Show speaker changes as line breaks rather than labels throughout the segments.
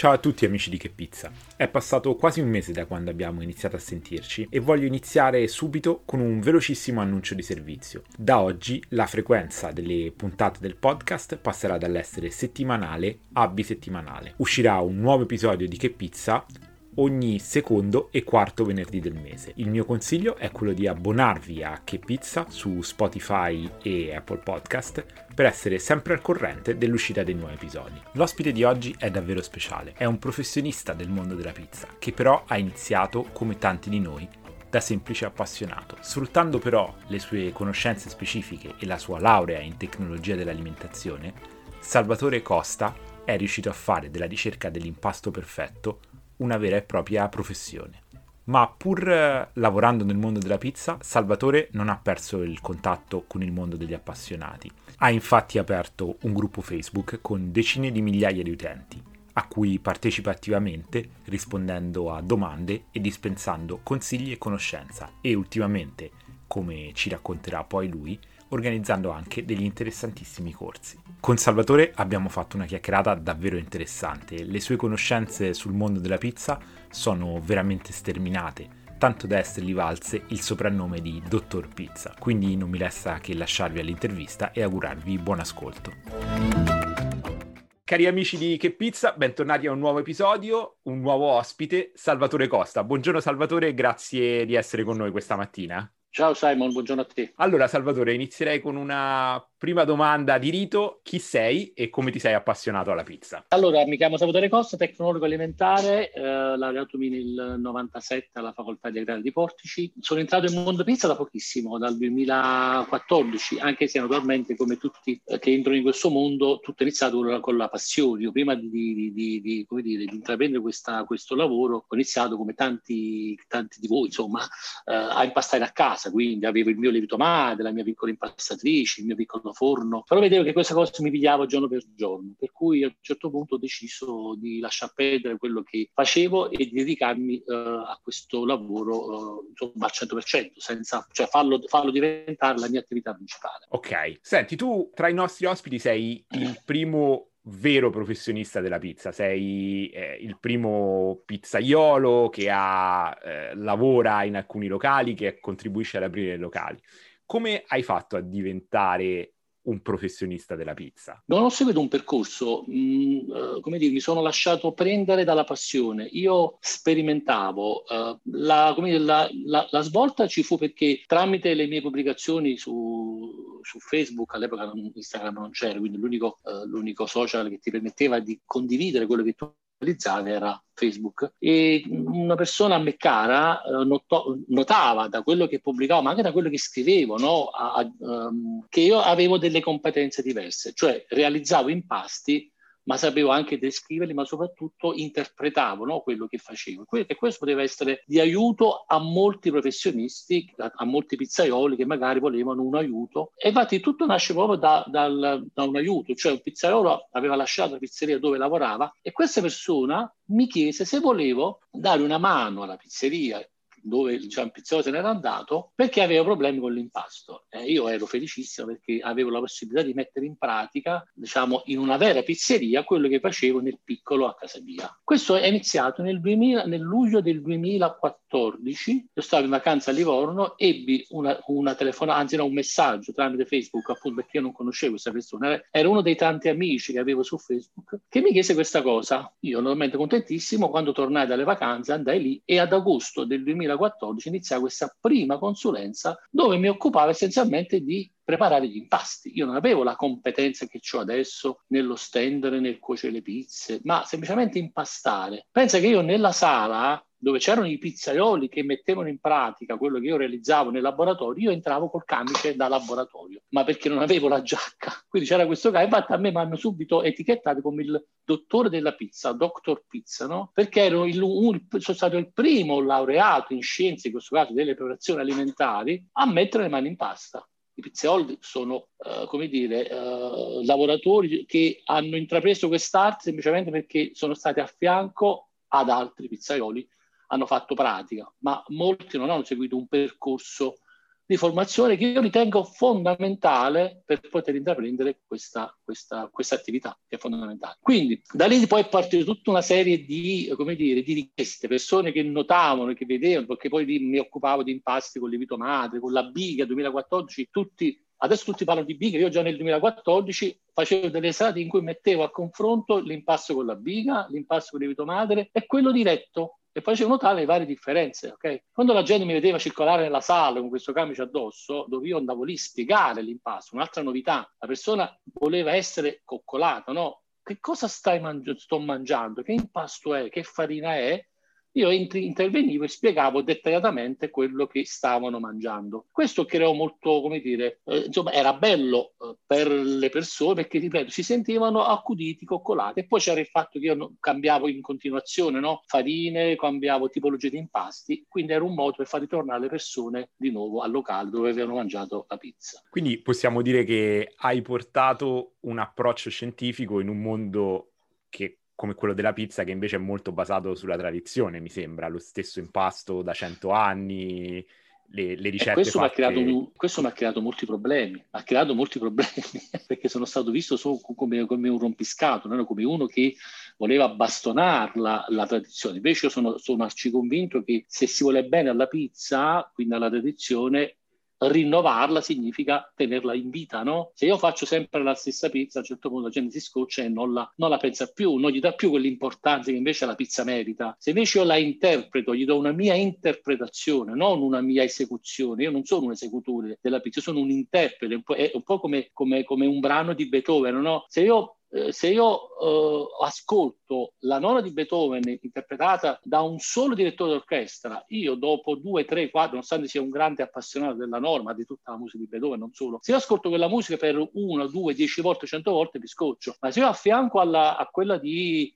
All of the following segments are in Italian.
Ciao a tutti amici di Che Pizza. È passato quasi un mese da quando abbiamo iniziato a sentirci e voglio iniziare subito con un velocissimo annuncio di servizio. Da oggi la frequenza delle puntate del podcast passerà dall'essere settimanale a bisettimanale. Uscirà un nuovo episodio di Che Pizza ogni secondo e quarto venerdì del mese. Il mio consiglio è quello di abbonarvi a Che Pizza su Spotify e Apple Podcast per essere sempre al corrente dell'uscita dei nuovi episodi. L'ospite di oggi è davvero speciale, è un professionista del mondo della pizza, che però ha iniziato, come tanti di noi, da semplice appassionato. Sfruttando però le sue conoscenze specifiche e la sua laurea in tecnologia dell'alimentazione, Salvatore Costa è riuscito a fare della ricerca dell'impasto perfetto una vera e propria professione. Ma pur lavorando nel mondo della pizza, Salvatore non ha perso il contatto con il mondo degli appassionati. Ha infatti aperto un gruppo Facebook con decine di migliaia di utenti, a cui partecipa attivamente rispondendo a domande e dispensando consigli e conoscenza e ultimamente, come ci racconterà poi lui, organizzando anche degli interessantissimi corsi. Con Salvatore abbiamo fatto una chiacchierata davvero interessante. Le sue conoscenze sul mondo della pizza sono veramente sterminate, tanto da essergli valse il soprannome di Dottor Pizza. Quindi non mi resta che lasciarvi all'intervista e augurarvi buon ascolto. Cari amici di Che Pizza, bentornati a un nuovo episodio, un nuovo ospite, Salvatore Costa. Buongiorno Salvatore, grazie di essere con noi questa mattina.
Ciao Simon, buongiorno a te.
Allora Salvatore, inizierei con una prima domanda di rito. Chi sei e come ti sei appassionato alla pizza?
Allora, mi chiamo Salvatore Costa, tecnologo alimentare, laureatomi nel 97 alla Facoltà di Agraria di Portici. Sono entrato in mondo pizza da pochissimo, dal 2014, anche se naturalmente come tutti che entrano in questo mondo, tutto è iniziato con la passione. Io prima di intraprendere questo lavoro, ho iniziato come tanti di voi, insomma, a impastare a casa. Quindi avevo il mio lievito madre, la mia piccola impastatrice, il mio piccolo forno, però vedevo che questa cosa mi pigliava giorno per giorno, per cui a un certo punto ho deciso di lasciar perdere quello che facevo e di dedicarmi a questo lavoro insomma, al 100%, senza, cioè farlo diventare la mia attività principale.
Ok, senti, tu tra i nostri ospiti sei il primo vero professionista della pizza, sei il primo pizzaiolo che lavora in alcuni locali, che contribuisce ad aprire locali. Come hai fatto a diventare un professionista della pizza?
Non ho seguito un percorso, come dire, mi sono lasciato prendere dalla passione. Io sperimentavo, la svolta ci fu perché tramite le mie pubblicazioni su Facebook, all'epoca Instagram non c'era, quindi l'unico social che ti permetteva di condividere quello che tu realizzavi era Facebook, e una persona a me cara notava da quello che pubblicavo, ma anche da quello che scrivevo, no? Che io avevo delle competenze diverse, cioè realizzavo impasti, ma sapevo anche descriverli, ma soprattutto interpretavo, no, quello che facevo. E questo poteva essere di aiuto a molti professionisti, a molti pizzaioli che magari volevano un aiuto. E infatti tutto nasce proprio da un aiuto, cioè un pizzaiolo aveva lasciato la pizzeria dove lavorava e questa persona mi chiese se volevo dare una mano alla pizzeria dove il pizzaiolo se n'era andato perché aveva problemi con l'impasto. Io ero felicissimo perché avevo la possibilità di mettere in pratica, diciamo, in una vera pizzeria quello che facevo nel piccolo a casa mia. Questo è iniziato nel luglio del 2014. Io stavo in vacanza a Livorno, ebbi una telefonata, anzi no, un messaggio tramite Facebook, appunto perché io non conoscevo questa persona, era uno dei tanti amici che avevo su Facebook, che mi chiese questa cosa. Io normalmente contentissimo, quando tornai dalle vacanze andai lì e ad agosto del 2014 iniziai questa prima consulenza dove mi occupavo essenzialmente di preparare gli impasti. Io non avevo la competenza che ho adesso nello stendere, nel cuocere le pizze, ma semplicemente impastare. Pensa che io nella sala dove c'erano i pizzaioli che mettevano in pratica quello che io realizzavo nel laboratorio, io entravo col camice da laboratorio, ma perché non avevo la giacca. Quindi c'era questo caso, infatti a me mi hanno subito etichettato come il dottore della pizza, Dr. Pizza, no? Perché sono stato il primo laureato in scienze, in questo caso delle preparazioni alimentari, a mettere le mani in pasta. I pizzaioli sono, lavoratori che hanno intrapreso quest'arte semplicemente perché sono stati a fianco ad altri pizzaioli, hanno fatto pratica, ma molti non hanno seguito un percorso di formazione che io ritengo fondamentale per poter intraprendere questa attività, che è fondamentale. Quindi da lì poi è partita tutta una serie di, come dire, di richieste, persone che notavano, che vedevano, perché poi mi occupavo di impasti con lievito madre, con la biga 2014, adesso tutti parlano di biga, io già nel 2014 facevo delle serate in cui mettevo a confronto l'impasto con la biga, l'impasto con il lievito madre e quello diretto, e facevo notare le varie differenze. Okay? Quando la gente mi vedeva circolare nella sala con questo camice addosso, dove io andavo lì a spiegare l'impasto, un'altra novità, la persona voleva essere coccolata, no? Che cosa sto mangiando? Che impasto è? Che farina è? Io intervenivo e spiegavo dettagliatamente quello che stavano mangiando. Questo creò molto, come dire, insomma, era bello per le persone perché, ripeto, si sentivano accuditi, coccolati. E poi c'era il fatto che io cambiavo in continuazione, no? Farine, cambiavo tipologie di impasti, quindi era un modo per far ritornare le persone di nuovo al locale dove avevano mangiato la pizza.
Quindi possiamo dire che hai portato un approccio scientifico in un mondo che come quello della pizza, che invece è molto basato sulla tradizione, mi sembra, lo stesso impasto da 100 anni, le ricette
questo
fatte...
questo mi ha creato molti problemi, perché sono stato visto solo come un rompiscatole, come uno che voleva bastonare la tradizione. Invece io sono arciconvinto che se si vuole bene alla pizza, quindi alla tradizione, rinnovarla significa tenerla in vita, no? Se io faccio sempre la stessa pizza, a un certo punto la gente si scoccia e non la pensa più, non gli dà più quell'importanza che invece la pizza merita. Se invece io la interpreto, gli do una mia interpretazione, non una mia esecuzione, io non sono un esecutore della pizza, io sono un interprete, è un po' come un brano di Beethoven, no? Se io ascolto la nona di Beethoven interpretata da un solo direttore d'orchestra, io dopo 2, 3, 4, nonostante sia un grande appassionato della norma, di tutta la musica di Beethoven, non solo, se io ascolto quella musica per 1, 2, 10 volte, 100 volte, mi scoccio. Ma se io affianco a quella di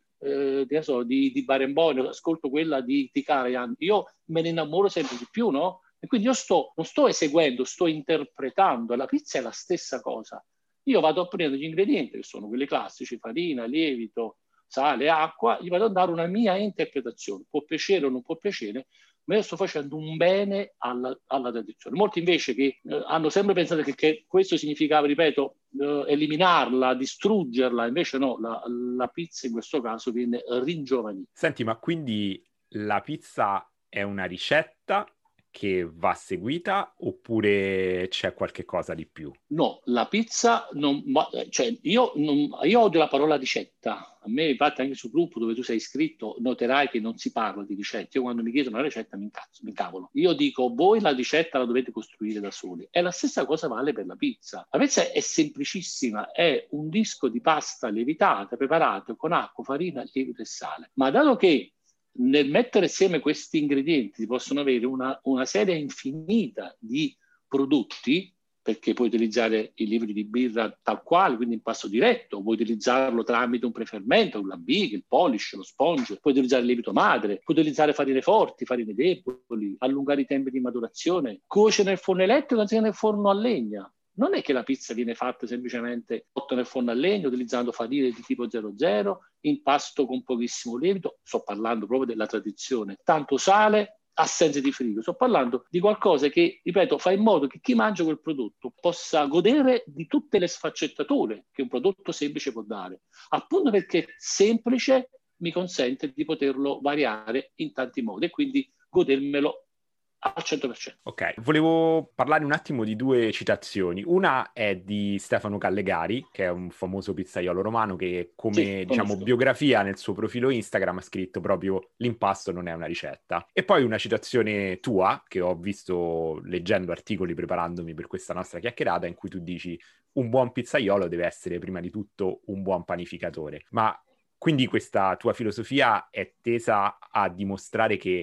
Barenboim, ascolto quella di Karajan, io me ne innamoro sempre di più, no? E quindi io non sto eseguendo, sto interpretando. La pizza è la stessa cosa. Io vado a prendere gli ingredienti, che sono quelli classici, farina, lievito, sale, acqua, gli vado a dare una mia interpretazione. Può piacere o non può piacere, ma io sto facendo un bene alla tradizione. Molti invece che hanno sempre pensato che questo significava, ripeto, eliminarla, distruggerla, invece no, la pizza in questo caso viene ringiovanita.
Senti, ma quindi la pizza è una ricetta che va seguita oppure c'è qualche cosa di più?
No, la pizza non, cioè io odio la parola ricetta. A me, infatti, anche sul gruppo dove tu sei iscritto, noterai che non si parla di ricette. Io quando mi chiedono una ricetta mi incavolo. Io dico, voi la ricetta la dovete costruire da soli. E la stessa cosa vale per la pizza. La pizza è semplicissima, è un disco di pasta lievitata, preparato con acqua, farina, lievito e sale. Ma dato che nel mettere insieme questi ingredienti si possono avere una serie infinita di prodotti, perché puoi utilizzare i libri di birra tal quale, quindi in pasto diretto, puoi utilizzarlo tramite un prefermento, la biga, il polish, lo sponge, puoi utilizzare il lievito madre, puoi utilizzare farine forti, farine deboli, allungare i tempi di maturazione, cuocere nel forno elettrico anziché nel forno a legna. Non è che la pizza viene fatta semplicemente cotto nel forno a legna, utilizzando farine di tipo 00, impasto con pochissimo lievito, sto parlando proprio della tradizione, tanto sale, assenza di frigo, sto parlando di qualcosa che, ripeto, fa in modo che chi mangia quel prodotto possa godere di tutte le sfaccettature che un prodotto semplice può dare, appunto perché semplice mi consente di poterlo variare in tanti modi e quindi godermelo al 100%.
Ok, volevo parlare un attimo di due citazioni. Una è di Stefano Callegari, che è un famoso pizzaiolo romano che come, diciamo, biografia nel suo profilo Instagram ha scritto proprio l'impasto non è una ricetta. E poi una citazione tua, che ho visto leggendo articoli preparandomi per questa nostra chiacchierata, in cui tu dici un buon pizzaiolo deve essere prima di tutto un buon panificatore. Ma quindi questa tua filosofia è tesa a dimostrare che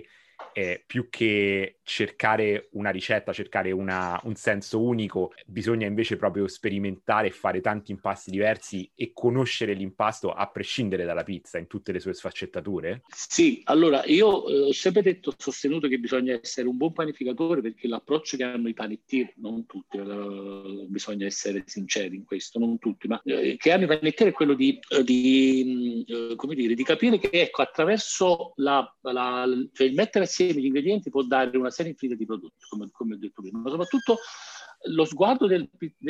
più che cercare una ricetta, cercare un senso unico, bisogna invece proprio sperimentare e fare tanti impasti diversi e conoscere l'impasto a prescindere dalla pizza in tutte le sue sfaccettature?
Sì, allora io ho sempre sostenuto che bisogna essere un buon panificatore perché l'approccio che hanno i panettieri, non tutti, bisogna essere sinceri in questo, non tutti, ma che hanno i panettieri è quello come dire, di capire che ecco, attraverso cioè il mettere assieme gli ingredienti può dare una serie infinita di prodotti, come ho detto prima, ma soprattutto lo sguardo del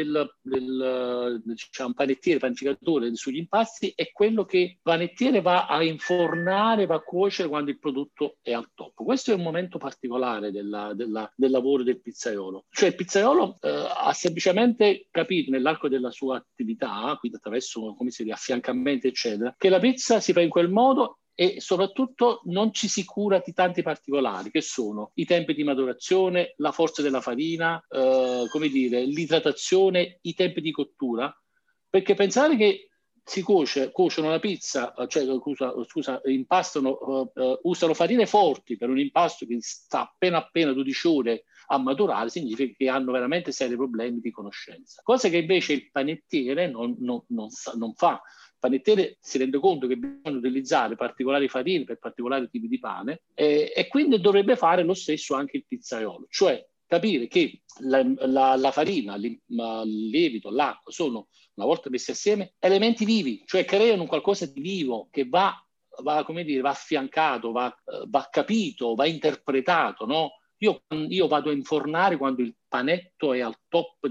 diciamo, panettiere, panificatore sugli impasti è quello che il panettiere va a infornare, va a cuocere quando il prodotto è al top. Questo è un momento particolare del lavoro del pizzaiolo. Cioè il pizzaiolo ha semplicemente capito nell'arco della sua attività, quindi attraverso, come si dice, affiancamenti, eccetera, che la pizza si fa in quel modo e soprattutto non ci si cura di tanti particolari, che sono i tempi di maturazione, la forza della farina, come dire, l'idratazione, i tempi di cottura, perché pensare che si cuociono la pizza, cioè impastano, usano farine forti per un impasto che sta appena 12 ore a maturare, significa che hanno veramente seri problemi di conoscenza. Cosa che invece il panettiere non fa. Il panettiere si rende conto che bisogna utilizzare particolari farine per particolari tipi di pane e quindi dovrebbe fare lo stesso anche il pizzaiolo, cioè capire che la farina, il lievito, l'acqua sono, una volta messi assieme, elementi vivi, cioè creano un qualcosa di vivo che come dire, va affiancato, va capito, va interpretato, no? Io vado a infornare quando il panetto è al top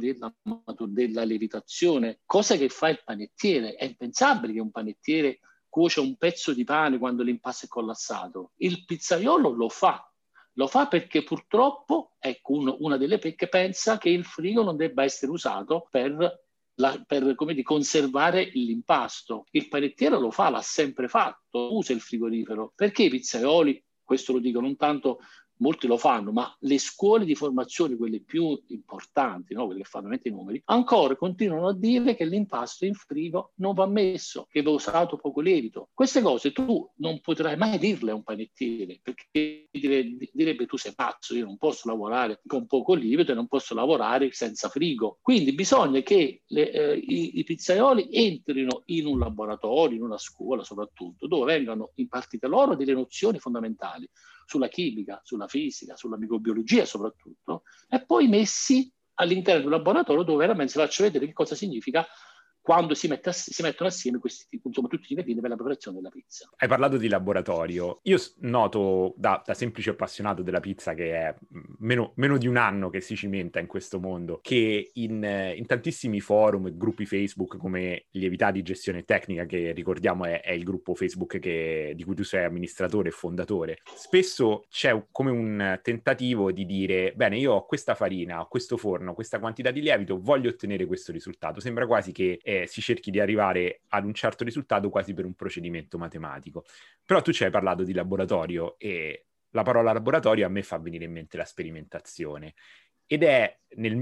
della lievitazione, cosa che fa il panettiere. È impensabile che un panettiere cuocia un pezzo di pane quando l'impasto è collassato. Il pizzaiolo lo fa perché purtroppo, ecco, una delle pecche pensa che il frigo non debba essere usato per come dire, conservare l'impasto. Il panettiere lo fa, l'ha sempre fatto, usa il frigorifero. Perché i pizzaioli, questo lo dico non tanto, molti lo fanno, ma le scuole di formazione, quelle più importanti, no? Quelle che fanno veramente i numeri, ancora continuano a dire che l'impasto in frigo non va messo, che va usato poco lievito. Queste cose tu non potrai mai dirle a un panettiere, perché direbbe tu sei pazzo, io non posso lavorare con poco lievito e non posso lavorare senza frigo. Quindi bisogna che i pizzaioli entrino in un laboratorio, in una scuola soprattutto, dove vengano impartite loro delle nozioni fondamentali sulla chimica, sulla fisica, sulla microbiologia soprattutto, e poi messi all'interno di un laboratorio dove veramente si faccia vedere che cosa significa quando si mettono assieme insomma, tutti gli ingredienti per la preparazione della pizza.
Hai parlato di laboratorio. Io noto da semplice appassionato della pizza, che è meno di un anno che si cimenta in questo mondo, che in tantissimi forum e gruppi Facebook come Lievità di Gestione Tecnica, che ricordiamo è il gruppo Facebook di cui tu sei amministratore e fondatore, spesso c'è come un tentativo di dire, bene, io ho questa farina, ho questo forno, questa quantità di lievito, voglio ottenere questo risultato. Sembra quasi che si cerchi di arrivare ad un certo risultato quasi per un procedimento matematico. Però tu ci hai parlato di laboratorio e la parola laboratorio a me fa venire in mente la sperimentazione. Ed è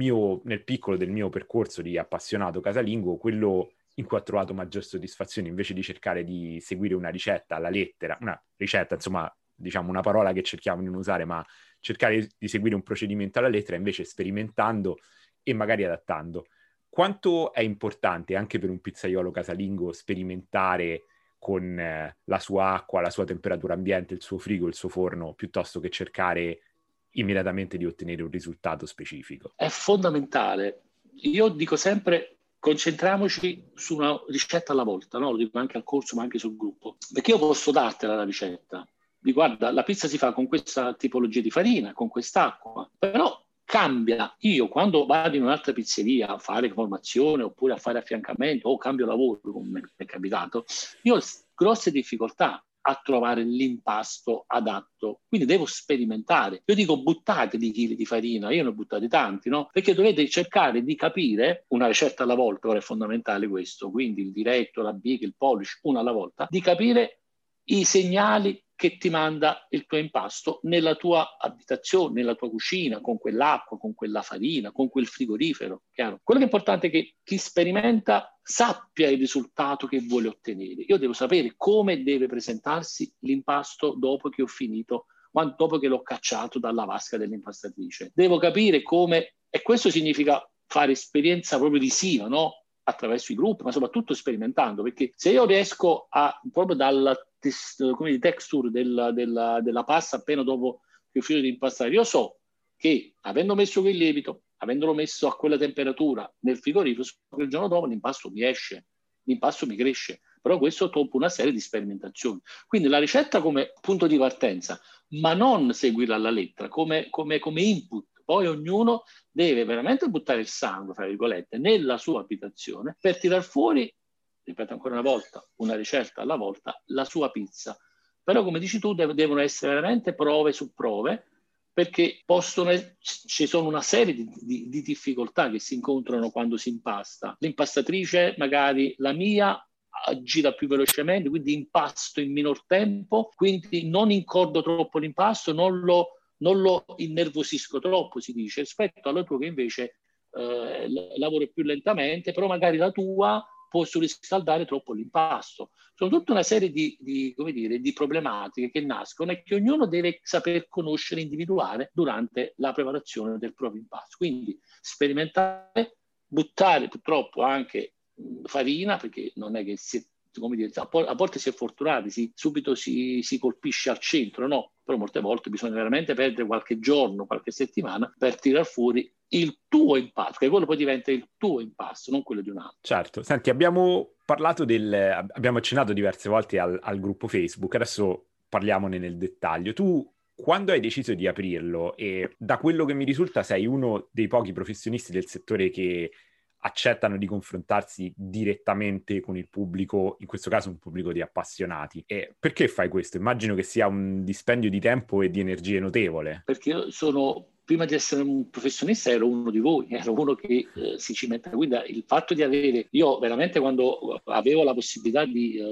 nel piccolo del mio percorso di appassionato casalingo quello in cui ho trovato maggior soddisfazione, invece di cercare di seguire una ricetta alla lettera, una ricetta, insomma, diciamo una parola che cerchiamo di non usare, ma cercare di seguire un procedimento alla lettera, invece sperimentando e magari adattando. Quanto è importante anche per un pizzaiolo casalingo sperimentare con la sua acqua, la sua temperatura ambiente, il suo frigo, il suo forno, piuttosto che cercare immediatamente di ottenere un risultato specifico?
È fondamentale. Io dico sempre concentriamoci su una ricetta alla volta, no? Lo dico anche al corso ma anche sul gruppo, perché io posso dartela la ricetta. Dico, guarda, la pizza si fa con questa tipologia di farina, con quest'acqua, però cambia. Io quando vado in un'altra pizzeria a fare formazione oppure a fare affiancamento o cambio lavoro, come mi è capitato, io ho grosse difficoltà a trovare l'impasto adatto, quindi devo sperimentare. Io dico buttatevi chili di farina, io ne ho buttati tanti, no? Perché dovete cercare di capire, una ricetta alla volta, ora è fondamentale questo, quindi il diretto, la big, il polish, una alla volta, di capire i segnali che ti manda il tuo impasto nella tua abitazione, nella tua cucina, con quell'acqua, con quella farina, con quel frigorifero. Chiaro? Quello che è importante è che chi sperimenta sappia il risultato che vuole ottenere. Io devo sapere come deve presentarsi l'impasto dopo che ho finito, dopo che l'ho cacciato dalla vasca dell'impastatrice. Devo capire come, e questo significa fare esperienza proprio visiva, no? Attraverso i gruppi, ma soprattutto sperimentando, perché se io riesco proprio dalla texture della pasta appena dopo che ho finito di impastare, io so che avendo messo quel lievito, avendolo messo a quella temperatura nel frigorifero, il giorno dopo l'impasto mi esce, l'impasto mi cresce, però questo dopo una serie di sperimentazioni. Quindi la ricetta come punto di partenza, ma non seguirla alla lettera, come input. Poi ognuno deve veramente buttare il sangue, fra virgolette, nella sua abitazione per tirar fuori, ripeto ancora una volta, una ricetta alla volta, la sua pizza. Però come dici tu, devono essere veramente prove su prove, perché ci sono una serie di difficoltà che si incontrano quando si impasta. L'impastatrice, magari la mia, gira più velocemente, quindi impasto in minor tempo, quindi non incordo troppo l'impasto, non lo innervosisco troppo, si dice, rispetto alla tua che invece lavoro più lentamente, però magari la tua può surriscaldare troppo l'impasto. Sono tutta una serie come dire, di problematiche che nascono e che ognuno deve saper conoscere e individuare durante la preparazione del proprio impasto. Quindi sperimentare, buttare purtroppo anche farina, perché non è che come dire, a volte si è fortunati, subito si colpisce al centro, no? Però molte volte bisogna veramente perdere qualche giorno, qualche settimana per tirar fuori il tuo impasto, che quello poi diventa il tuo impasto, non quello di un altro.
Certo, senti, abbiamo accennato diverse volte al gruppo Facebook, adesso parliamone nel dettaglio. Tu, quando hai deciso di aprirlo, e da quello che mi risulta sei uno dei pochi professionisti del settore che accettano di confrontarsi direttamente con il pubblico, in questo caso un pubblico di appassionati. E perché fai questo? Immagino che sia un dispendio di tempo e di energie notevole.
Perché io prima di essere un professionista ero uno di voi, ero uno che si cimenta. Quindi il fatto di avere, io veramente quando avevo la possibilità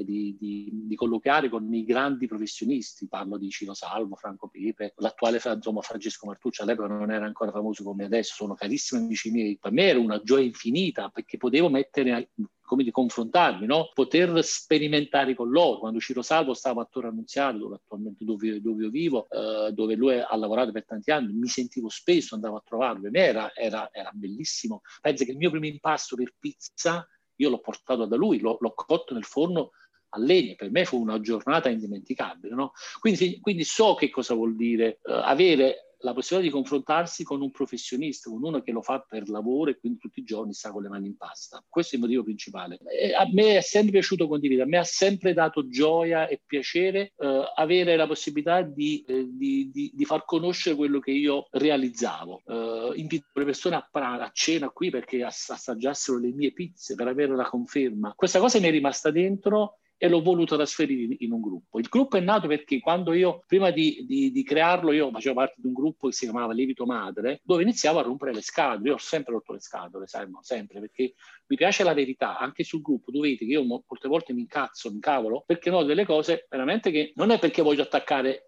di colloquiare con i grandi professionisti, parlo di Ciro Salvo, Franco Pepe, l'attuale Francesco Martucci, all'epoca non era ancora famoso come adesso, sono carissimi amici miei, per me era una gioia infinita perché potevo come di confrontarmi, no? Poter sperimentare con loro. Quando Ciro Salvo stava a Torre Annunziata, dove io vivo, dove lui ha lavorato per tanti anni, mi sentivo spesso, andavo a trovarlo, e era bellissimo. Penso che il mio primo impasto per pizza, io l'ho portato da lui, l'ho cotto nel forno a legna, per me fu una giornata indimenticabile, no? Quindi so che cosa vuol dire avere la possibilità di confrontarsi con un professionista, con uno che lo fa per lavoro e quindi tutti i giorni sta con le mani in pasta. Questo è il motivo principale. E a me è sempre piaciuto condividere, a me ha sempre dato gioia e piacere avere la possibilità di far conoscere quello che io realizzavo. Invito le persone a cena qui perché assaggiassero le mie pizze per avere la conferma. Questa cosa mi è rimasta dentro e l'ho voluto trasferire in un gruppo. Il gruppo è nato perché quando io, prima di crearlo, io facevo parte di un gruppo che si chiamava Lievito Madre, dove iniziavo a rompere le scatole. Io ho sempre rotto le scatole, sai, sempre, perché mi piace la verità. Anche sul gruppo, dove vedete che io molte volte mi incavolo, perché no, delle cose veramente che non è perché voglio attaccare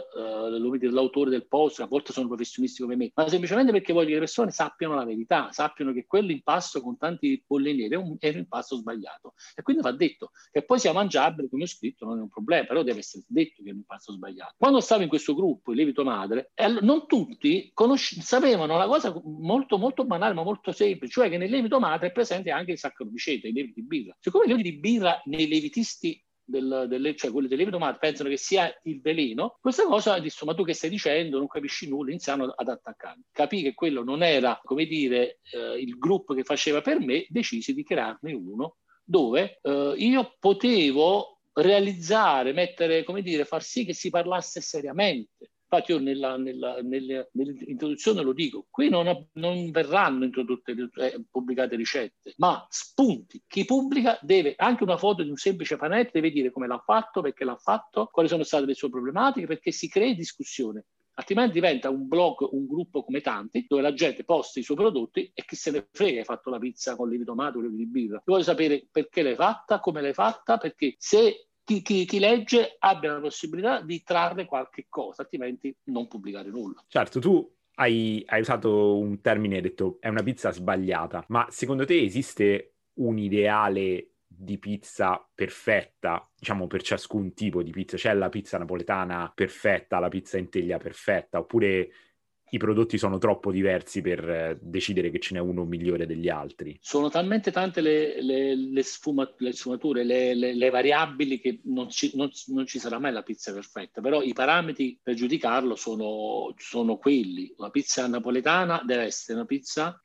l'autore del post, a volte sono professionisti come me, ma semplicemente perché voglio che le persone sappiano la verità, sappiano che quell'impasto con tanti polli neri è un impasto sbagliato. E quindi va detto che poi sia mangiabile, come ho scritto, non è un problema, però deve essere detto che è un impasto sbagliato. Quando stavo in questo gruppo, il Lievito Madre, non tutti sapevano una cosa molto, molto banale, ma molto semplice, cioè che nel Lievito Madre è presente anche il saccarobicete, i lieviti di birra. Siccome i lieviti di birra nei lievitisti cioè quelli del lievito madre pensano che sia il veleno, questa cosa disse: ma tu che stai dicendo, non capisci nulla, iniziano ad attaccare. Capì che quello non era, come dire, il gruppo che faceva per me, decisi di crearne uno dove io potevo realizzare, come dire, far sì che si parlasse seriamente. Infatti io nell'introduzione lo dico, qui non verranno introdotte pubblicate ricette, ma spunti. Chi pubblica deve, anche una foto di un semplice panetto, deve dire come l'ha fatto, perché l'ha fatto, quali sono state le sue problematiche, perché si crei discussione. Altrimenti diventa un blog, un gruppo come tanti, dove la gente posta i suoi prodotti e chi se ne frega, hai fatto la pizza con lievito madre o lievito di birra. Io voglio sapere perché l'hai fatta, come l'hai fatta, perché se chi legge abbia la possibilità di trarre qualche cosa, altrimenti non pubblicare nulla.
Certo, tu hai usato un termine, hai detto è una pizza sbagliata, ma secondo te esiste un ideale di pizza perfetta, diciamo per ciascun tipo di pizza? C'è la pizza napoletana perfetta, la pizza in teglia perfetta, oppure i prodotti sono troppo diversi per decidere che ce n'è uno migliore degli altri?
Sono talmente tante le sfumature, le variabili che non ci sarà mai la pizza perfetta, però i parametri per giudicarlo sono quelli. La pizza napoletana deve essere una pizza che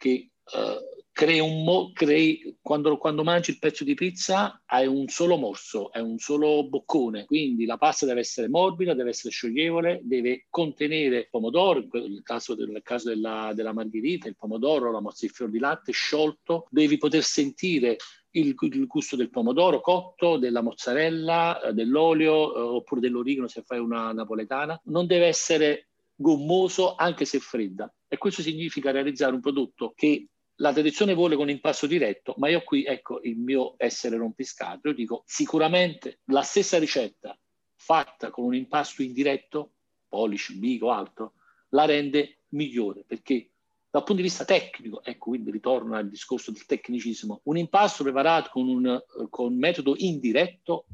quando mangi il pezzo di pizza hai un solo morso, è un solo boccone, quindi la pasta deve essere morbida, deve essere scioglievole, deve contenere pomodoro, nel caso della margherita, il pomodoro, la mozza di fior di latte sciolto, devi poter sentire il gusto del pomodoro cotto, della mozzarella, dell'olio, oppure dell'origano se fai una napoletana. Non deve essere gommoso anche se fredda, e questo significa realizzare un prodotto che la tradizione vuole con impasto diretto, ma io qui, ecco, il mio essere rompiscatole, io dico sicuramente la stessa ricetta fatta con un impasto indiretto, polish, bico, altro, la rende migliore, perché dal punto di vista tecnico, ecco, quindi ritorno al discorso del tecnicismo, un impasto preparato con metodo indiretto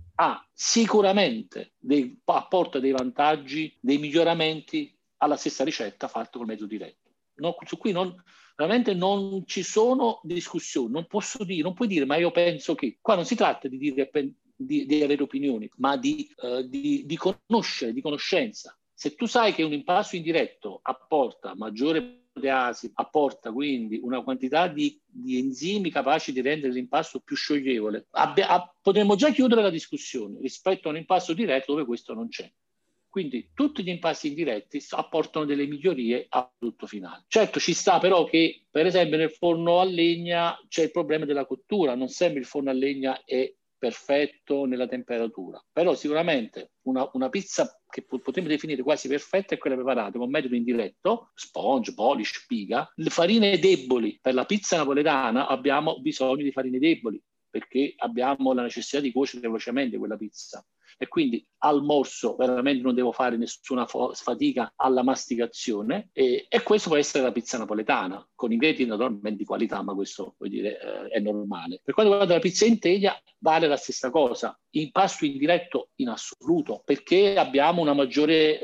sicuramente apporta dei vantaggi, dei miglioramenti alla stessa ricetta fatta col metodo diretto. No, su cui veramente non ci sono discussioni, non puoi dire ma io penso che. Qua non si tratta di dire di avere opinioni, ma di conoscere, di conoscenza. Se tu sai che un impasto indiretto apporta maggiore proteasi, apporta quindi una quantità di enzimi capaci di rendere l'impasto più scioglievole, potremmo già chiudere la discussione rispetto a un impasto diretto dove questo non c'è. Quindi tutti gli impasti indiretti apportano delle migliorie al prodotto finale. Certo, ci sta però che, per esempio, nel forno a legna c'è il problema della cottura. Non sempre il forno a legna è perfetto nella temperatura, però sicuramente una pizza che potremmo definire quasi perfetta è quella preparata con metodo indiretto, sponge, polish, piga. Le farine deboli, per la pizza napoletana abbiamo bisogno di farine deboli, perché abbiamo la necessità di cuocere velocemente quella pizza. E quindi al morso veramente non devo fare nessuna fatica alla masticazione, e questo può essere la pizza napoletana, con ingredienti naturalmente di qualità, ma questo vuol dire è normale. Per quanto riguarda la pizza in teglia vale la stessa cosa, impasto indiretto in assoluto, perché abbiamo una maggiore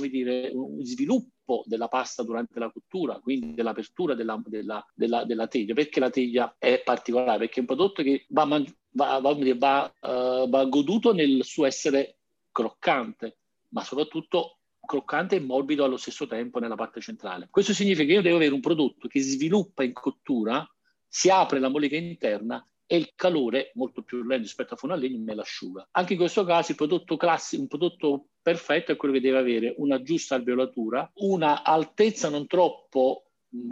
un sviluppo della pasta durante la cottura, quindi dell'apertura della teglia. Perché la teglia è particolare? Perché è un prodotto che va goduto nel suo essere croccante, ma soprattutto croccante e morbido allo stesso tempo nella parte centrale. Questo significa che io devo avere un prodotto che sviluppa in cottura, si apre la moleca interna e il calore, molto più lento rispetto a forno a legna, me l'asciuga. Anche in questo caso il prodotto classico, un prodotto perfetto è quello che deve avere una giusta alveolatura, una altezza non troppo,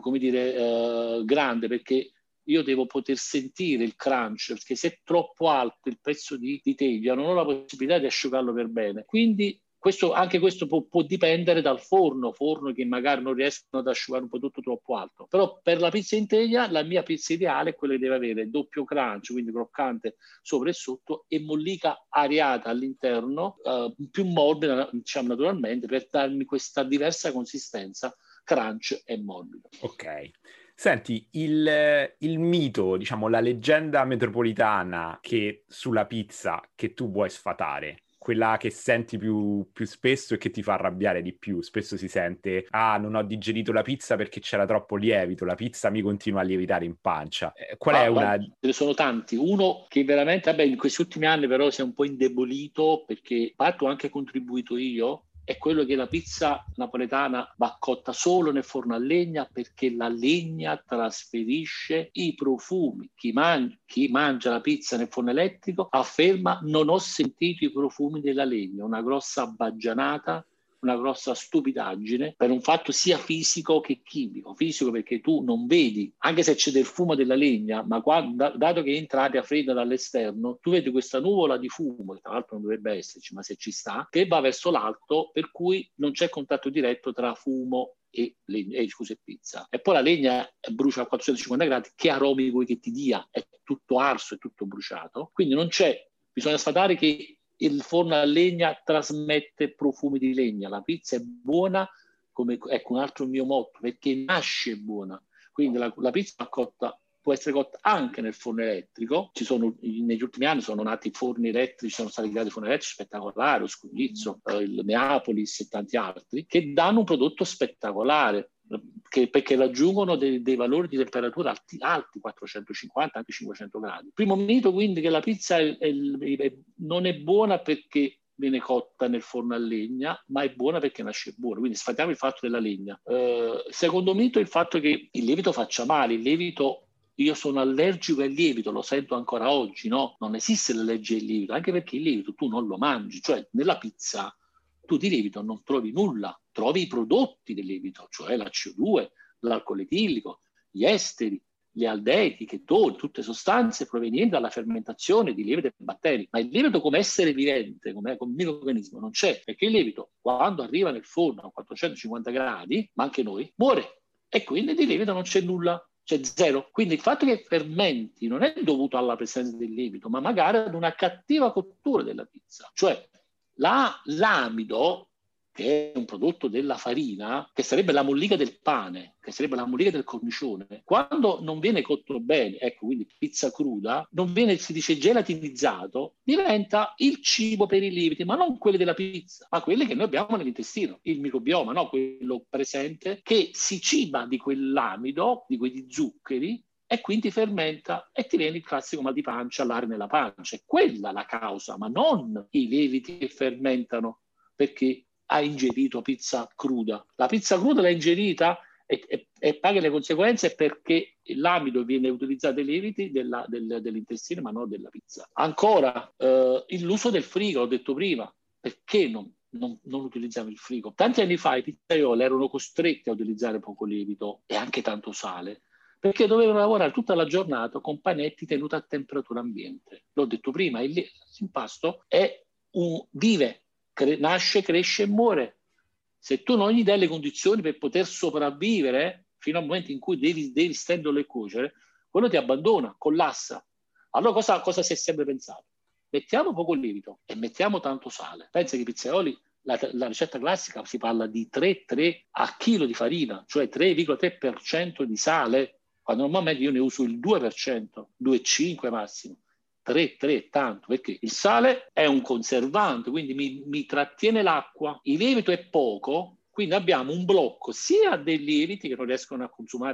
grande, perché io devo poter sentire il crunch, perché se è troppo alto il pezzo di teglia non ho la possibilità di asciugarlo per bene. Quindi anche questo può dipendere dal forno che magari non riescono ad asciugare un prodotto troppo alto. Però per la pizza in teglia, la mia pizza ideale è quella che deve avere doppio crunch, quindi croccante sopra e sotto, e mollica areata all'interno, più morbida, diciamo, naturalmente, per darmi questa diversa consistenza, crunch e morbido.
Ok. Senti, il mito, diciamo, la leggenda metropolitana sulla pizza che tu vuoi sfatare, quella che senti più spesso e che ti fa arrabbiare di più. Spesso si sente: ah, non ho digerito la pizza perché c'era troppo lievito, la pizza mi continua a lievitare in pancia. Qual è una...
Ce ne sono tanti. Uno che veramente, in questi ultimi anni però si è un po' indebolito, perché ho anche contribuito io, è quello che la pizza napoletana va cotta solo nel forno a legna, perché la legna trasferisce i profumi. Chi mangia la pizza nel forno elettrico afferma: non ho sentito i profumi della legna. Una grossa baggianata, una grossa stupidaggine, per un fatto sia fisico che chimico. Fisico perché tu non vedi, anche se c'è del fumo della legna, ma dato che entra aria fredda dall'esterno, tu vedi questa nuvola di fumo, che tra l'altro non dovrebbe esserci, ma se ci sta, che va verso l'alto, per cui non c'è contatto diretto tra fumo e pizza. E poi la legna brucia a 450 gradi, che aromi vuoi che ti dia? È tutto arso, è tutto bruciato, quindi non c'è, bisogna sfatare che il forno a legna trasmette profumi di legna. La pizza è buona, come ecco un altro mio motto, perché nasce buona. Quindi la pizza può essere cotta anche nel forno elettrico. Negli ultimi anni sono nati forni elettrici, sono stati creati forni elettrici spettacolari, lo Scuglizzo, il Neapolis e tanti altri, che danno un prodotto spettacolare, perché raggiungono dei valori di temperatura alti, 450, anche 500 gradi. Primo mito quindi che la pizza non è buona perché viene cotta nel forno a legna, ma è buona perché nasce buona, quindi sfatiamo il fatto della legna. Secondo mito il fatto che il lievito faccia male, il lievito, io sono allergico al lievito, lo sento ancora oggi, no? Non esiste l'allergia al lievito, anche perché il lievito tu non lo mangi, cioè nella pizza tu di lievito non trovi nulla, trovi i prodotti del lievito, cioè la CO2, l'alcol etillico, gli esteri, gli aldeidi, i chetoni, tutte sostanze provenienti dalla fermentazione di lievito e batteri. Ma il lievito come essere vivente, come microorganismo, non c'è, perché il lievito, quando arriva nel forno a 450 gradi, ma anche noi, muore. E quindi di lievito non c'è nulla, c'è zero. Quindi il fatto che fermenti non è dovuto alla presenza del lievito, ma magari ad una cattiva cottura della pizza. Cioè, l'amido, che è un prodotto della farina, che sarebbe la mollica del pane, che sarebbe la mollica del cornicione, quando non viene cotto bene, ecco, quindi pizza cruda, non viene, si dice, gelatinizzato, diventa il cibo per i lieviti, ma non quelli della pizza, ma quelli che noi abbiamo nell'intestino, il microbioma, no? Quello presente, che si ciba di quell'amido, di quegli zuccheri, e quindi fermenta e ti viene il classico mal di pancia, l'are nella pancia. È quella la causa, ma non i lieviti che fermentano perché hai ingerito pizza cruda. La pizza cruda l'hai ingerita e paghi le conseguenze perché l'amido viene utilizzato ai lieviti dell'intestino, ma non della pizza. Ancora, l'uso del frigo, l'ho detto prima, perché non utilizziamo il frigo? Tanti anni fa i pizzaioli erano costretti a utilizzare poco lievito e anche tanto sale, perché dovevano lavorare tutta la giornata con panetti tenuti a temperatura ambiente. L'ho detto prima, l'impasto vive, nasce, cresce e muore. Se tu non gli dai le condizioni per poter sopravvivere fino al momento in cui devi stenderlo e cuocere, quello ti abbandona, collassa. Allora cosa si è sempre pensato? Mettiamo poco lievito e mettiamo tanto sale. Pensa che i pizzaioli, la ricetta classica si parla di 3,3 a chilo di farina, cioè 3,3% di sale, quando normalmente io ne uso il 2%, 2,5 massimo. 3 è tanto, perché il sale è un conservante, quindi mi trattiene l'acqua, il lievito è poco, quindi abbiamo un blocco sia dei lieviti che non riescono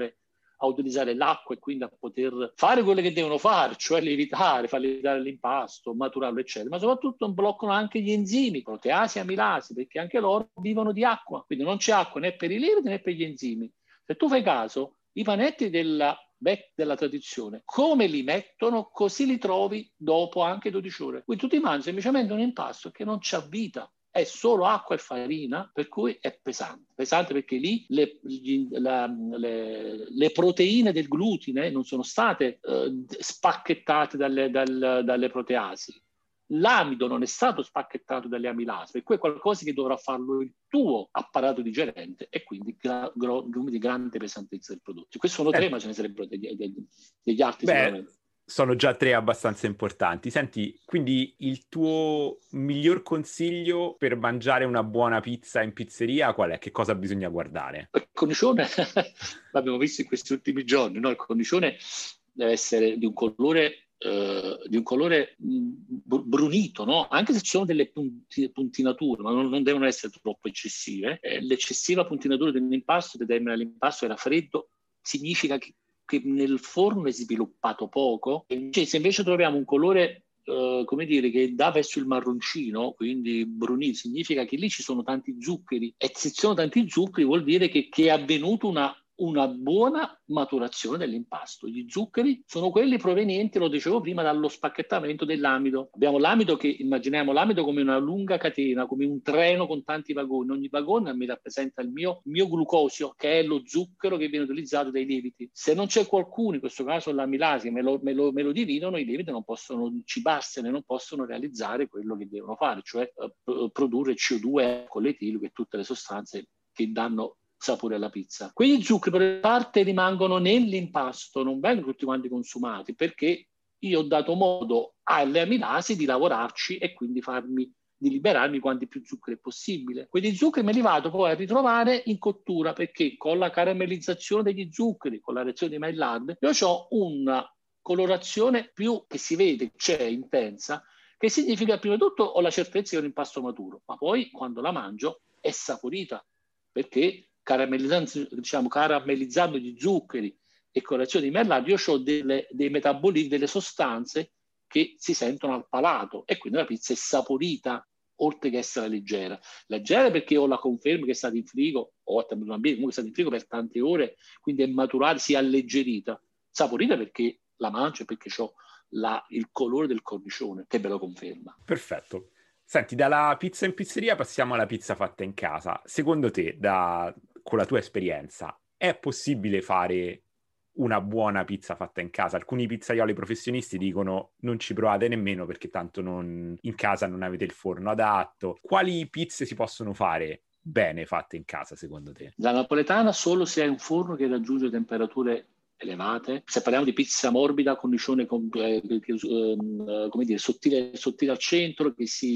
a utilizzare l'acqua e quindi a poter fare quello che devono fare, cioè lievitare, far lievitare l'impasto, maturarlo, eccetera, ma soprattutto bloccano anche gli enzimi, proteasi e amilasi, perché anche loro vivono di acqua, quindi non c'è acqua né per i lieviti né per gli enzimi. Se tu fai caso, i panetti della tradizione, come li mettono, così li trovi dopo anche 12 ore. Quindi tu ti mangi semplicemente un impasto che non c'ha vita, è solo acqua e farina, per cui è pesante. Pesante perché lì le proteine del glutine non sono state spacchettate dalle proteasi. L'amido non è stato spacchettato dalle amilasi, per cui è qualcosa che dovrà farlo il tuo apparato digerente e quindi di grande pesantezza del prodotto. Questi sono tre, ma ce ne sarebbero degli altri sicuramente.
Sono già tre abbastanza importanti. Senti, quindi il tuo miglior consiglio per mangiare una buona pizza in pizzeria qual è? Che cosa bisogna guardare?
Il cornicione, l'abbiamo visto in questi ultimi giorni, no? Il cornicione deve essere di un colore brunito, no? Anche se ci sono delle puntinature, ma non devono essere troppo eccessive. L'eccessiva puntinatura dell'impasto determina che l'impasto era freddo, significa che nel forno è sviluppato poco. Se invece troviamo un colore come dire, che dà verso il marroncino, quindi brunito, significa che lì ci sono tanti zuccheri, e se ci sono tanti zuccheri vuol dire che è avvenuta una buona maturazione dell'impasto. Gli zuccheri sono quelli provenienti, lo dicevo prima, dallo spacchettamento dell'amido. Abbiamo l'amido immaginiamo l'amido come una lunga catena, come un treno con tanti vagoni. Ogni vagone mi rappresenta il mio glucosio, che è lo zucchero che viene utilizzato dai lieviti. Se non c'è qualcuno, in questo caso l'amilasi, me lo dividono, i lieviti non possono cibarsene, non possono realizzare quello che devono fare, cioè produrre CO2, alcol etilico e tutte le sostanze che danno sapore alla pizza. Quegli zuccheri per parte rimangono nell'impasto, non vengono tutti quanti consumati, perché io ho dato modo alle amilasi di lavorarci e quindi di liberarmi quanti più zuccheri è possibile. Quegli zuccheri me li vado poi a ritrovare in cottura, perché con la caramellizzazione degli zuccheri, con la reazione di Maillard, io ho una colorazione più che si vede, c'è intensa, che significa prima di tutto ho la certezza che è un impasto maturo, ma poi quando la mangio è saporita, perché caramellizzando gli zuccheri e con l'azione di Maillard io ho dei metabolismi, delle sostanze che si sentono al palato e quindi la pizza è saporita oltre che essere leggera. Leggera perché ho la conferma che è stata in frigo, o a temperatura ambiente, comunque è stata in frigo per tante ore, quindi è maturata, si è alleggerita. Saporita perché la mangio e perché ho il colore del cornicione, che ve lo conferma.
Perfetto. Senti, dalla pizza in pizzeria passiamo alla pizza fatta in casa. Secondo te, con la tua esperienza, è possibile fare una buona pizza fatta in casa? Alcuni pizzaioli professionisti dicono non ci provate nemmeno perché tanto in casa non avete il forno adatto. Quali pizze si possono fare bene fatte in casa, secondo te?
La napoletana solo se hai un forno che raggiunge temperature elevate. Se parliamo di pizza morbida, cornicione come dire, sottile al centro,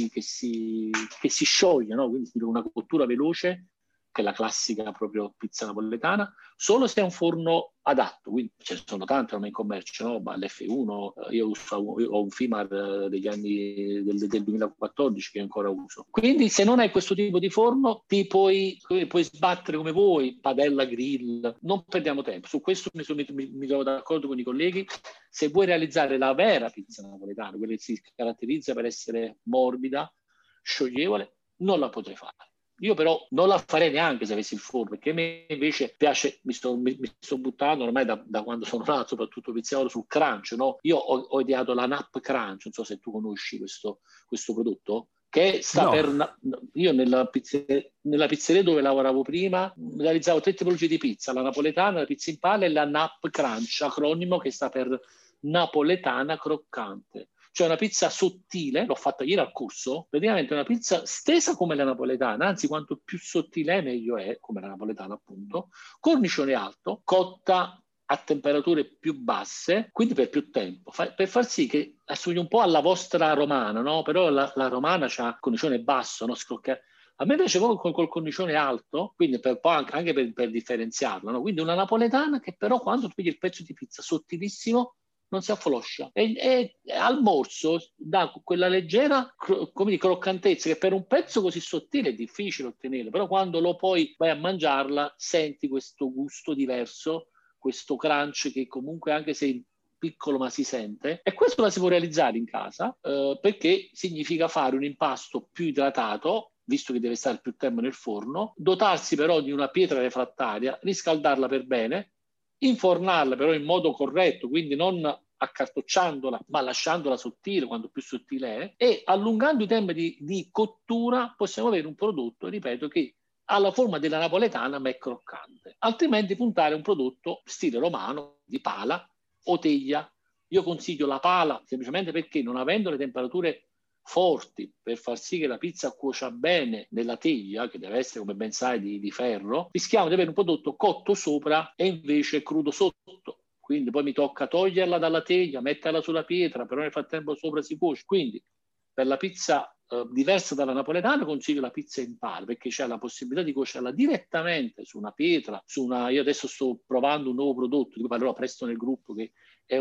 che si scioglie, no? Quindi una cottura veloce, che è la classica proprio pizza napoletana, solo se è un forno adatto. Quindi ce ne sono tante ormai in commercio, no? Ma l'F1, io ho un Fimar degli anni del 2014 che ancora uso. Quindi se non hai questo tipo di forno, puoi sbattere come vuoi, padella, grill, non perdiamo tempo. Su questo mi trovo d'accordo con i colleghi. Se vuoi realizzare la vera pizza napoletana, quella che si caratterizza per essere morbida, scioglievole, non la potrai fare. Io però non la farei neanche se avessi il forno, perché a me invece piace, mi sto buttando ormai da quando sono nato, soprattutto pizzaiolo, sul crunch, no? Io ho ideato la Nap Crunch, non so se tu conosci questo prodotto, che sta
No.
Io nella pizzeria dove lavoravo prima realizzavo 3 tipologie di pizza: la napoletana, la pizza in palla e la Nap Crunch, acronimo che sta per napoletana croccante. Cioè una pizza sottile, l'ho fatta ieri al corso, praticamente una pizza stesa come la napoletana, anzi quanto più sottile è meglio è, come la napoletana appunto, cornicione alto, cotta a temperature più basse, quindi per più tempo, per far sì che assomigli un po' alla vostra romana, no? Però la romana c'ha il cornicione basso, no? A me piace proprio col cornicione alto, quindi anche per differenziarlo, no? Quindi una napoletana che però quando tu pigli il pezzo di pizza sottilissimo non si affloscia e al morso dà quella leggera come di croccantezza che per un pezzo così sottile è difficile ottenere, però quando lo poi vai a mangiarla senti questo gusto diverso, questo crunch che comunque anche se piccolo ma si sente, e questo la si può realizzare in casa perché significa fare un impasto più idratato, visto che deve stare più tempo nel forno, dotarsi però di una pietra refrattaria, riscaldarla per bene, infornarla però in modo corretto, quindi non accartocciandola, ma lasciandola sottile quanto più sottile è, e allungando i tempi di cottura possiamo avere un prodotto, ripeto, che ha la forma della napoletana ma è croccante. Altrimenti puntare a un prodotto stile romano, di pala o teglia. Io consiglio la pala semplicemente perché non avendo le temperature forti per far sì che la pizza cuocia bene nella teglia, che deve essere, come ben sai, di ferro, rischiamo di avere un prodotto cotto sopra e invece crudo sotto. Quindi poi mi tocca toglierla dalla teglia, metterla sulla pietra, però nel frattempo sopra si cuoce. Quindi per la pizza diversa dalla napoletana consiglio la pizza in pala, perché c'è la possibilità di cuocerla direttamente su una pietra, io adesso sto provando un nuovo prodotto, di cui parlerò presto nel gruppo, che è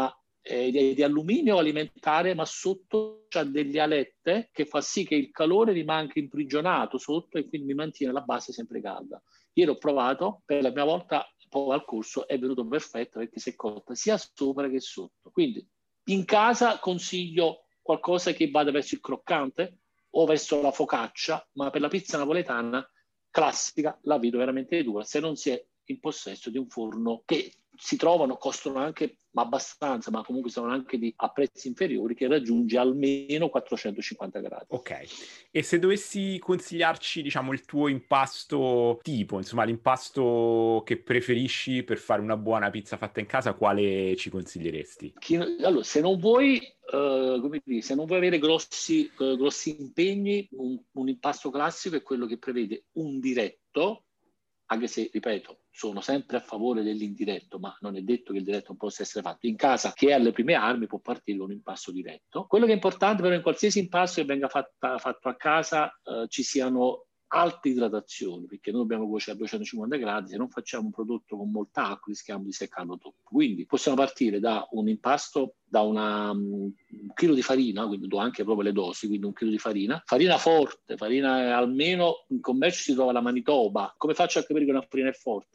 di alluminio alimentare, ma sotto c'ha delle alette che fa sì che il calore rimanga imprigionato sotto e quindi mi mantiene la base sempre calda. Ieri ho provato, per la prima volta poi al corso è venuto perfetto perché si è cotta sia sopra che sotto. Quindi in casa consiglio qualcosa che vada verso il croccante o verso la focaccia, ma per la pizza napoletana classica la vedo veramente dura se non si è in possesso di un forno che si trovano, costano anche abbastanza, ma comunque sono anche a prezzi inferiori, che raggiunge almeno 450 gradi.
Ok, e se dovessi consigliarci, diciamo, il tuo impasto tipo, insomma, l'impasto che preferisci per fare una buona pizza fatta in casa, quale ci consiglieresti?
Allora, se non vuoi, come dire, se non vuoi avere grossi impegni, un impasto classico è quello che prevede un diretto, anche se, ripeto, sono sempre a favore dell'indiretto, ma non è detto che il diretto non possa essere fatto. In casa, chi è alle prime armi può partire con un impasto diretto. Quello che è importante però in qualsiasi impasto che venga fatto a casa ci siano alte idratazioni, perché noi dobbiamo cuocere a 250 gradi, se non facciamo un prodotto con molta acqua rischiamo di seccarlo troppo. Quindi possiamo partire da un impasto, da un chilo di farina, quindi do anche proprio le dosi, quindi un chilo di farina forte, farina almeno in commercio si trova la Manitoba. Come faccio a capire che una farina è forte?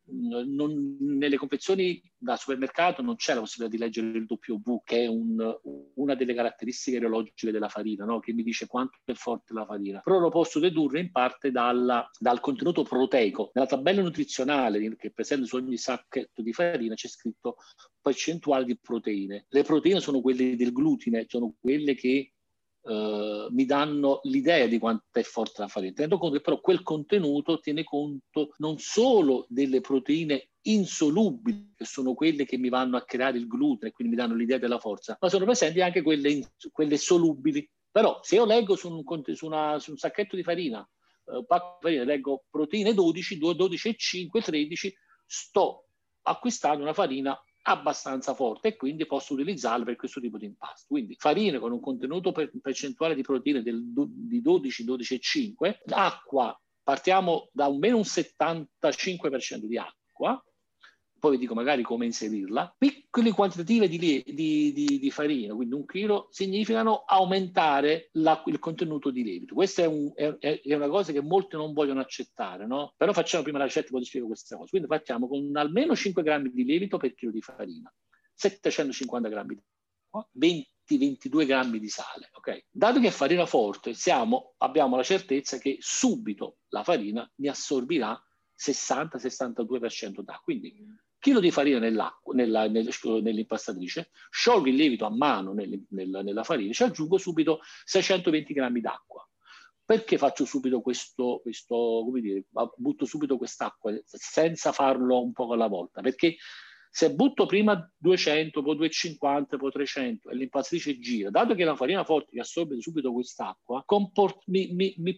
nelle confezioni da supermercato non c'è la possibilità di leggere il W, che è una delle caratteristiche reologiche della farina, no? Che mi dice quanto è forte la farina. Però lo posso dedurre in parte dal contenuto proteico. Nella tabella nutrizionale che presenta su ogni sacchetto di farina c'è scritto percentuale di proteine. Le proteine sono quelle del glutine, sono quelle che mi danno l'idea di quanto è forte la farina. Tenendo conto che però quel contenuto tiene conto non solo delle proteine insolubili, che sono quelle che mi vanno a creare il glutine, quindi mi danno l'idea della forza, ma sono presenti anche quelle solubili. Però se io leggo su un sacchetto di farina, pacco di farina, leggo proteine 12, 12,5, 13, sto acquistando una farina abbastanza forte e quindi posso utilizzarla per questo tipo di impasto. Quindi farina con un contenuto percentuale di proteine di 12-12,5, l'acqua, partiamo da almeno un 75% di acqua, poi vi dico magari come inserirla, piccole quantitative di farina, quindi 1 chilo, significano aumentare il contenuto di lievito. Questa è una cosa che molti non vogliono accettare, no? Però facciamo prima la ricetta e poi ti spiego questa cosa. Quindi partiamo con almeno 5 grammi di lievito per chilo di farina, 750 grammi di acqua, 20-22 grammi di sale. Okay? Dato che è farina forte, abbiamo la certezza che subito la farina mi assorbirà 60-62% d'acqua. Quindi chilo di farina nell'impastatrice, sciolgo il lievito a mano nella farina, ci aggiungo subito 620 grammi d'acqua. Perché faccio subito questo come dire, butto subito quest'acqua senza farlo un po' alla volta? Perché se butto prima 200, poi 250, poi 300 e l'impastatrice gira, dato che è una farina forte che assorbe subito quest'acqua, mi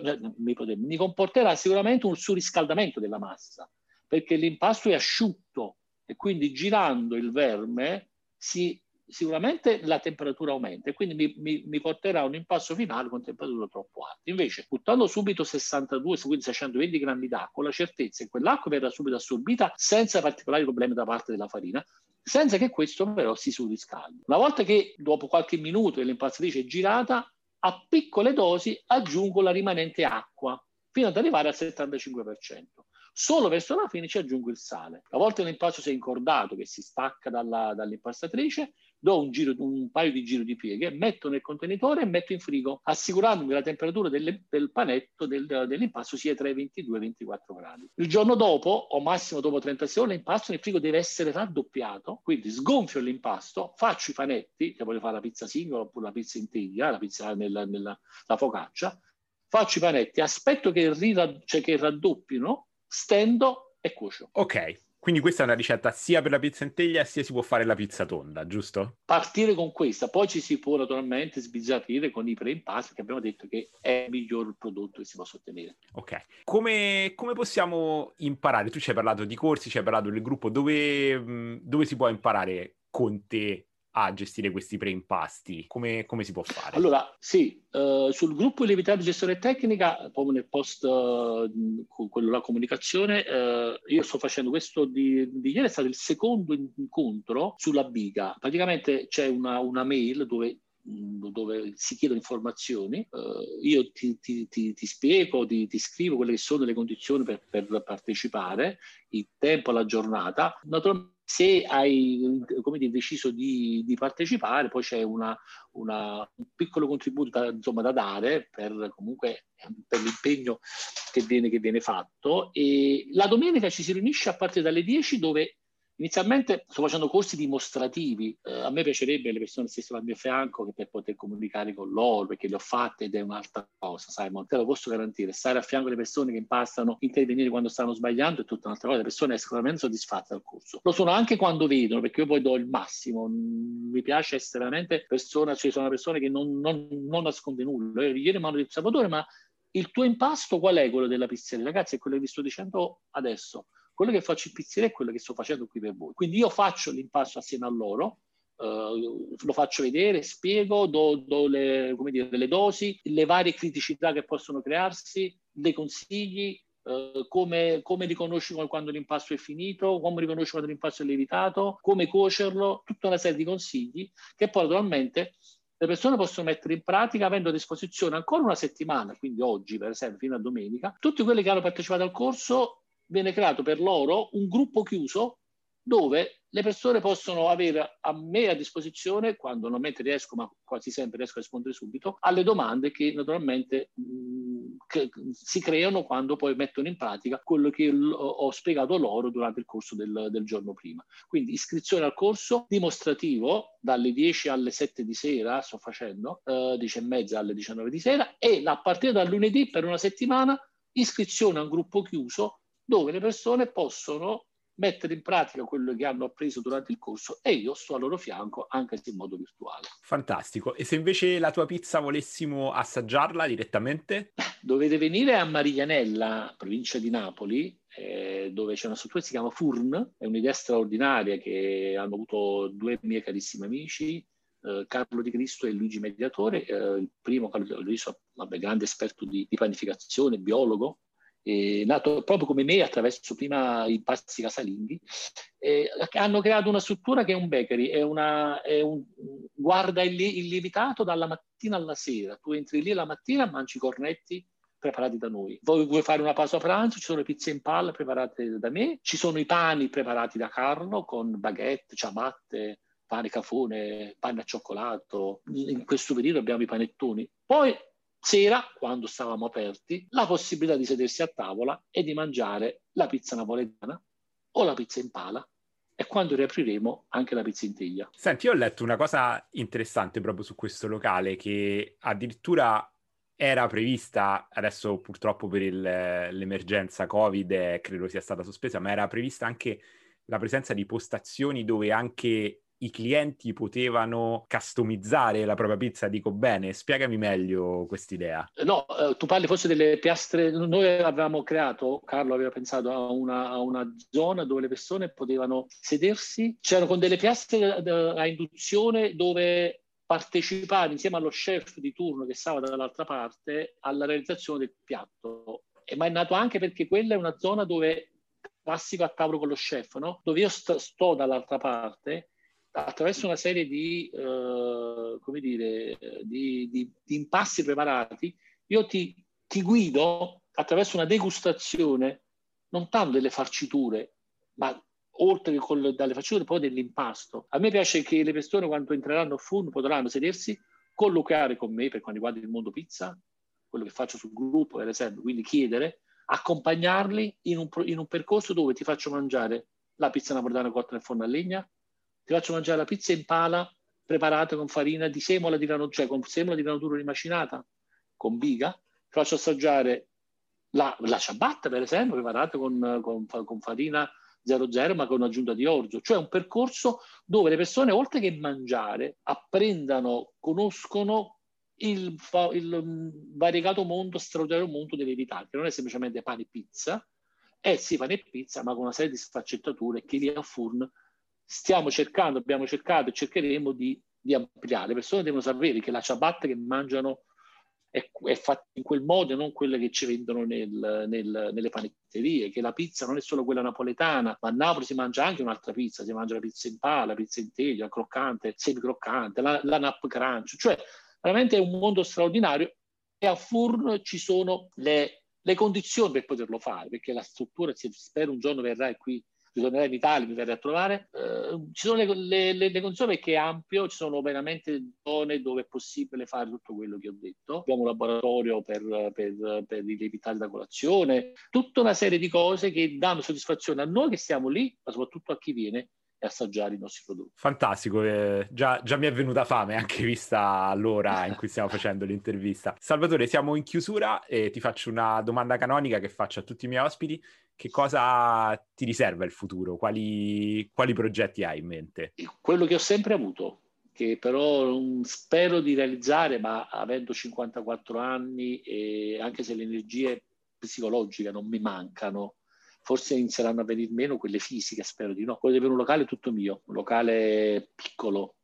comporterà sicuramente un surriscaldamento della massa, perché l'impasto è asciutto e quindi girando il verme sicuramente la temperatura aumenta e quindi mi porterà a un impasto finale con temperatura troppo alta. Invece, buttando subito 62, quindi 620 grammi d'acqua, la certezza è che quell'acqua verrà subito assorbita senza particolari problemi da parte della farina, senza che questo però si surriscaldi. Una volta che dopo qualche minuto l'impastatrice è girata, a piccole dosi aggiungo la rimanente acqua fino ad arrivare al 75%. Solo verso la fine ci aggiungo il sale. Una volta l'impasto si è incordato, che si stacca dall'impastatrice, do un paio di giri di pieghe, metto nel contenitore e metto in frigo, assicurandomi che la temperatura del panetto dell'impasto sia tra i 22 e i 24 gradi. Il giorno dopo, o massimo dopo 36 ore, l'impasto nel frigo deve essere raddoppiato, quindi sgonfio l'impasto, faccio i panetti, che voglio fare la pizza singola oppure la pizza in teglia, la pizza la focaccia, faccio i panetti, aspetto che raddoppino, stendo e cuocio.
Ok, quindi questa è una ricetta sia per la pizza in teglia sia si può fare la pizza tonda, giusto?
Partire con questa, poi ci si può naturalmente sbizzarrire con i pre-impasti, che abbiamo detto che è il miglior prodotto che si possa ottenere.
Ok, come possiamo imparare? Tu ci hai parlato di corsi, ci hai parlato del gruppo, dove si può imparare con te a gestire questi pre-impasti? Come si può fare?
Allora, sì, sul gruppo Illimitata di Gestione Tecnica, come nel post, quello la comunicazione, io sto facendo questo di ieri, è stato il secondo incontro sulla biga. Praticamente c'è una mail dove si chiedono informazioni, io ti spiego, ti scrivo quelle che sono le condizioni per partecipare, il tempo, la giornata. Naturalmente, se hai deciso di partecipare, poi c'è un piccolo contributo da dare per l'impegno che viene fatto. E la domenica ci si riunisce a partire dalle 10, dove inizialmente sto facendo corsi dimostrativi. A me piacerebbe le persone stesse al mio fianco per poter comunicare con loro, perché le ho fatte ed è un'altra cosa, Simon, te lo posso garantire. Stare a fianco alle persone che impastano, intervenire quando stanno sbagliando è tutta un'altra cosa. Le persone escono veramente soddisfatte dal corso. Lo sono anche quando vedono, perché io poi do il massimo. Mi piace essere veramente persona, cioè sono persone che non nasconde nulla. Ieri mi hanno detto: Salvatore, ma il tuo impasto qual è quello della pizzeria? Ragazzi, è quello che vi sto dicendo adesso. Quello che faccio in pizzeria è quello che sto facendo qui per voi. Quindi io faccio l'impasto assieme a loro, lo faccio vedere, spiego, do le dosi, le varie criticità che possono crearsi, dei consigli, come riconosci quando l'impasto è finito, come riconosci quando l'impasto è lievitato, come cuocerlo, tutta una serie di consigli che poi naturalmente le persone possono mettere in pratica avendo a disposizione ancora una settimana, quindi oggi per esempio fino a domenica. Tutti quelli che hanno partecipato al corso viene creato per loro un gruppo chiuso dove le persone possono avere a me a disposizione, quando normalmente riesco, ma quasi sempre riesco a rispondere subito, alle domande che naturalmente che si creano quando poi mettono in pratica quello che ho spiegato loro durante il corso del giorno prima. Quindi iscrizione al corso dimostrativo dalle 10 alle 7 di sera, sto facendo, 10 e mezza alle 19 di sera, e a partire dal lunedì per una settimana iscrizione a un gruppo chiuso dove le persone possono mettere in pratica quello che hanno appreso durante il corso e io sto al loro fianco anche se in modo virtuale.
Fantastico. E se invece la tua pizza volessimo assaggiarla direttamente?
Dovete venire a Mariglianella, provincia di Napoli, dove c'è una struttura che si chiama Furn, è un'idea straordinaria che hanno avuto due miei carissimi amici, Carlo Di Cristo e Luigi Mediatore. Il primo, Carlo Di Cristo, grande esperto di panificazione, biologo, nato proprio come me attraverso prima i passi casalinghi, hanno creato una struttura che è un bakery, guarda il lievitato dalla mattina alla sera. Tu entri lì la mattina, mangi i cornetti preparati da noi. Vuoi fare una pausa pranzo? Ci sono le pizze in palla preparate da me, ci sono i pani preparati da Carlo con baguette, ciabatte, pane cafone, pane al cioccolato. In questo periodo abbiamo i panettoni. Poi sera, quando stavamo aperti, la possibilità di sedersi a tavola e di mangiare la pizza napoletana o la pizza in pala, e quando riapriremo anche la pizza in teglia.
Senti, io ho letto una cosa interessante proprio su questo locale, che addirittura era prevista, adesso purtroppo per l'emergenza Covid credo sia stata sospesa, ma era prevista anche la presenza di postazioni dove anche i clienti potevano customizzare la propria pizza. Dico bene, spiegami meglio quest'idea.
No, tu parli forse delle piastre. Noi avevamo creato, Carlo aveva pensato a una zona dove le persone potevano sedersi, c'erano con delle piastre a induzione dove partecipare insieme allo chef di turno che stava dall'altra parte alla realizzazione del piatto. Ma è nato anche perché quella è una zona dove classico a tavolo con lo chef, no? Dove io sto dall'altra parte attraverso una serie di, come dire, di impasti preparati. Io ti guido attraverso una degustazione, non tanto delle farciture, ma oltre che dalle farciture poi dell'impasto. A me piace che le persone quando entreranno a Furn potranno sedersi, colloquiare con me per quanto riguarda il mondo pizza, quello che faccio sul gruppo per esempio, quindi chiedere, accompagnarli in un percorso dove ti faccio mangiare la pizza napoletana cotta nel forno a legna, ti faccio mangiare la pizza in pala preparata con farina di semola di grano, cioè con semola di grano duro rimacinata, con biga. Ti faccio assaggiare la ciabatta, per esempio, preparata con farina 00 ma con aggiunta di orzo. Cioè un percorso dove le persone, oltre che mangiare, apprendano, conoscono il variegato mondo, straordinario mondo delle lievitati, che non è semplicemente pane e pizza, è sì pane e pizza, ma con una serie di sfaccettature che lì a Furn abbiamo cercato e cercheremo di ampliare. Le persone devono sapere che la ciabatta che mangiano è fatta in quel modo, non quelle che ci vendono nelle panetterie, che la pizza non è solo quella napoletana, ma a Napoli si mangia anche un'altra pizza, si mangia la pizza in pala, la pizza in teglia, croccante, semicroccante, la nap crunch, cioè veramente è un mondo straordinario, e a Furn ci sono le condizioni per poterlo fare, perché la struttura, spero un giorno verrai qui, ritornerai in Italia, mi verrai a trovare. Ci sono le condizioni perché è ampio, ci sono veramente zone dove è possibile fare tutto quello che ho detto. Abbiamo un laboratorio per i lievitati da colazione, tutta una serie di cose che danno soddisfazione a noi che stiamo lì, ma soprattutto a chi viene e assaggiare i nostri prodotti.
Fantastico, già mi è venuta fame anche vista l'ora in cui stiamo facendo l'intervista. Salvatore, siamo in chiusura e ti faccio una domanda canonica che faccio a tutti i miei ospiti. Che cosa ti riserva il futuro? Quali progetti hai in mente?
Quello che ho sempre avuto, che però spero di realizzare, ma avendo 54 anni e anche se le energie psicologiche non mi mancano, forse inizieranno a venire meno quelle fisiche, spero di no. Voglio avere un locale tutto mio, un locale piccolo.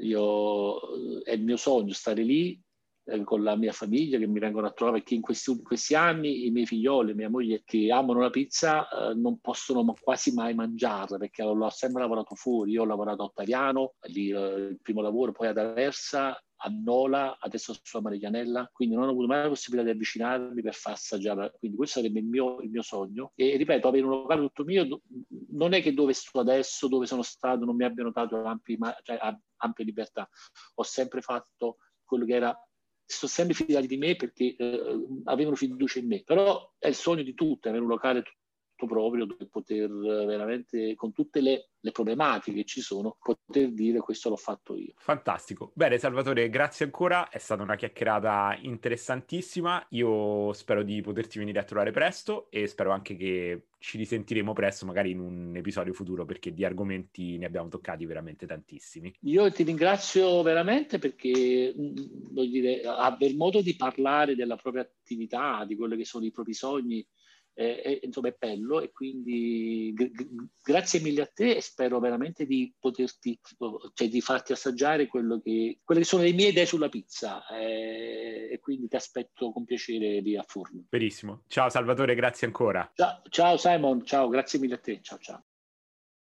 È il mio sogno stare lì con la mia famiglia che mi vengono a trovare, perché in questi anni i miei figlioli e mia moglie che amano la pizza non possono quasi mai mangiarla, perché ho sempre lavorato fuori. Io ho lavorato a Ottaviano, lì, il primo lavoro, poi ad Aversa, a Nola, adesso sono a Mariglianella, quindi non ho avuto mai la possibilità di avvicinarmi per far assaggiare, quindi questo sarebbe il mio sogno. E ripeto, avere un locale tutto mio non è che dove sto adesso, dove sono stato, non mi abbiano dato ampia libertà. Ho sempre fatto quello che era, sono sempre fidati di me perché avevano fiducia in me, però è il sogno di tutti avere un locale tutto proprio dove poter veramente, con tutte le problematiche che ci sono, poter dire questo l'ho fatto io.
Fantastico. Bene, Salvatore, grazie ancora. È stata una chiacchierata interessantissima. Io spero di poterti venire a trovare presto e spero anche che ci risentiremo presto, magari in un episodio futuro, perché di argomenti ne abbiamo toccati veramente tantissimi.
Io ti ringrazio veramente perché voglio dire, aver modo di parlare della propria attività, di quelli che sono i propri sogni, insomma è bello e quindi grazie mille a te e spero veramente di poterti, cioè di farti assaggiare quelle che sono le mie idee sulla pizza e quindi ti aspetto con piacere lì a Furno.
Benissimo. Ciao Salvatore, grazie ancora.
Ciao Simon, ciao, grazie mille a te, ciao ciao.